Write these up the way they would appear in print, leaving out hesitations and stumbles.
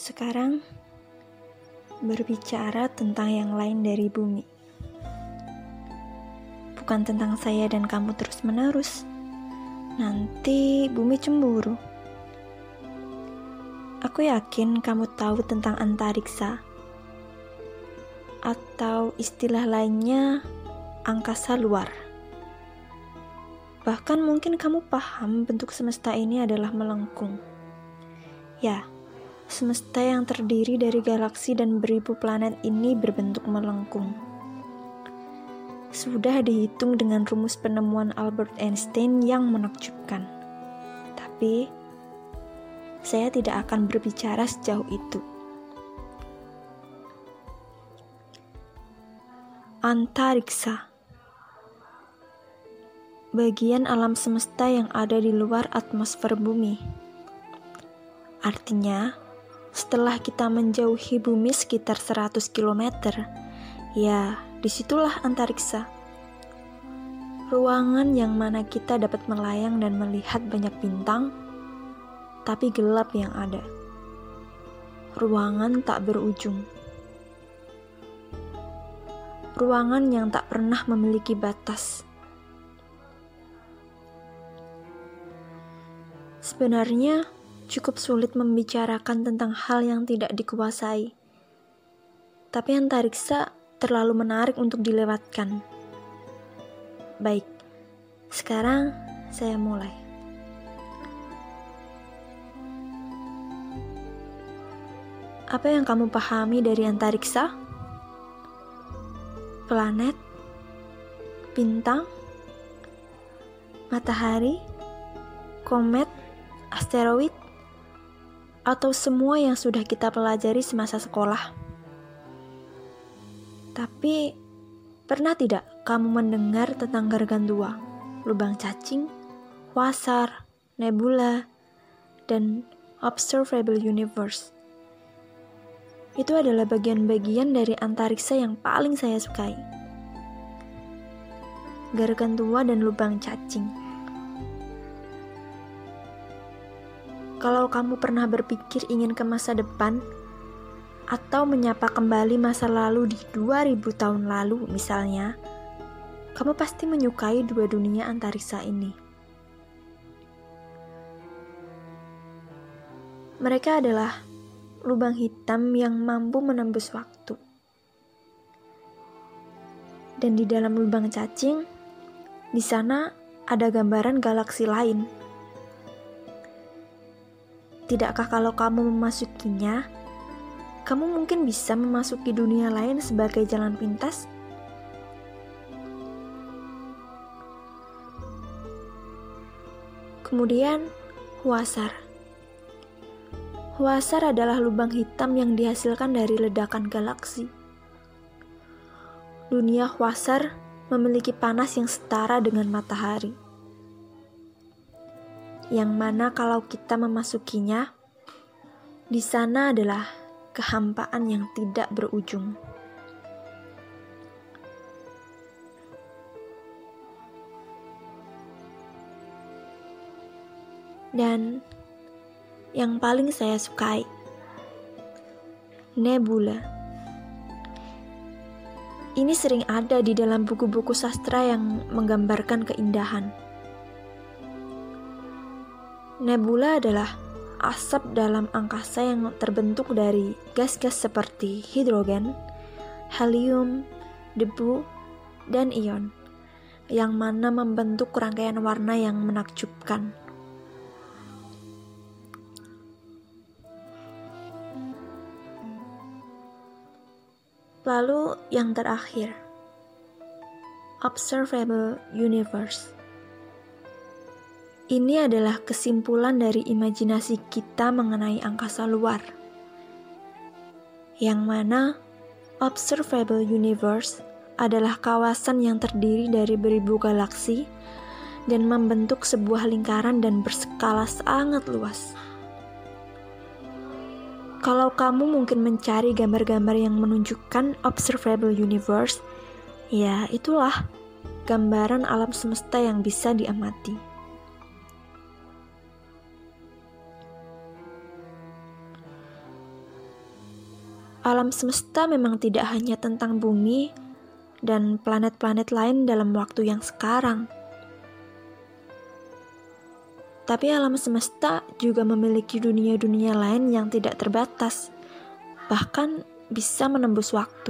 Sekarang berbicara tentang yang lain dari bumi. Bukan tentang saya dan kamu terus-menerus. Nanti bumi cemburu. Aku yakin kamu tahu tentang antariksa. Atau istilah lainnya, angkasa luar. Bahkan mungkin kamu paham bentuk semesta ini adalah melengkung. Ya, semesta yang terdiri dari galaksi dan beribu planet ini berbentuk melengkung. Sudah dihitung dengan rumus penemuan Albert Einstein yang menakjubkan. Tapi, saya tidak akan berbicara sejauh itu. Antariksa, bagian alam semesta yang ada di luar atmosfer bumi. Artinya, setelah kita menjauhi bumi sekitar 100 km, ya disitulah antariksa. Ruangan yang mana kita dapat melayang dan melihat banyak bintang, tapi gelap yang ada. Ruangan tak berujung. Ruangan yang tak pernah memiliki batas. Sebenarnya, cukup sulit membicarakan tentang hal yang tidak dikuasai. Tapi antariksa terlalu menarik untuk dilewatkan. Baik, sekarang saya mulai. Apa yang kamu pahami dari antariksa? Planet, bintang, matahari, komet, asteroid, atau semua yang sudah kita pelajari semasa sekolah. Tapi, pernah tidak kamu mendengar tentang gargantua, lubang cacing, quasar, nebula, dan observable universe? Itu adalah bagian-bagian dari antariksa yang paling saya sukai. Gargantua dan lubang cacing. Kalau kamu pernah berpikir ingin ke masa depan, atau menyapa kembali masa lalu di 2000 tahun lalu misalnya, kamu pasti menyukai dua dunia antariksa ini. Mereka adalah lubang hitam yang mampu menembus waktu. Dan di dalam lubang cacing, di sana ada gambaran galaksi lain. Tidakkah kalau kamu memasukinya, kamu mungkin bisa memasuki dunia lain sebagai jalan pintas? Kemudian, quasar. Quasar adalah lubang hitam yang dihasilkan dari ledakan galaksi. Dunia quasar memiliki panas yang setara dengan matahari. Yang mana kalau kita memasukinya, di sana adalah kehampaan yang tidak berujung. Dan yang paling saya sukai, nebula. Ini sering ada di dalam buku-buku sastra yang menggambarkan keindahan. Nebula adalah asap dalam angkasa yang terbentuk dari gas-gas seperti hidrogen, helium, debu, dan ion, yang mana membentuk rangkaian warna yang menakjubkan. Lalu yang terakhir, observable universe. Ini adalah kesimpulan dari imajinasi kita mengenai angkasa luar, yang mana observable universe adalah kawasan yang terdiri dari beribu galaksi dan membentuk sebuah lingkaran dan berskala sangat luas. Kalau kamu mungkin mencari gambar-gambar yang menunjukkan observable universe, ya itulah gambaran alam semesta yang bisa diamati. alam semesta memang tidak hanya tentang bumi dan planet-planet lain dalam waktu yang sekarang. Tapi alam semesta juga memiliki dunia-dunia lain yang tidak terbatas, bahkan bisa menembus waktu.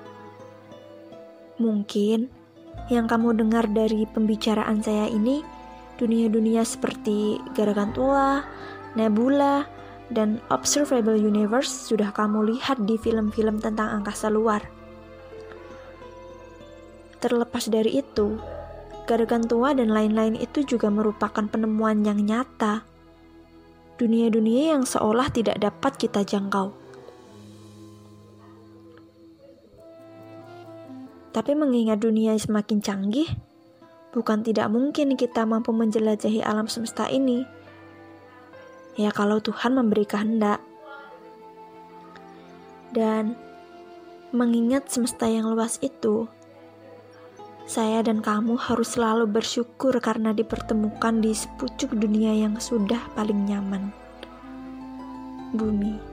Mungkin yang kamu dengar dari pembicaraan saya ini, dunia-dunia seperti Gargantua, Nebula, dan Observable Universe sudah kamu lihat di film-film tentang angkasa luar. Terlepas dari itu, Gargantua dan lain-lain itu juga merupakan penemuan yang nyata. Dunia-dunia yang seolah tidak dapat kita jangkau. Tapi mengingat dunia semakin canggih, bukan tidak mungkin kita mampu menjelajahi alam semesta ini. Ya kalau Tuhan memberi kehendak. Dan mengingat semesta yang luas itu, saya dan kamu harus selalu bersyukur karena dipertemukan di sepucuk dunia yang sudah paling nyaman, bumi.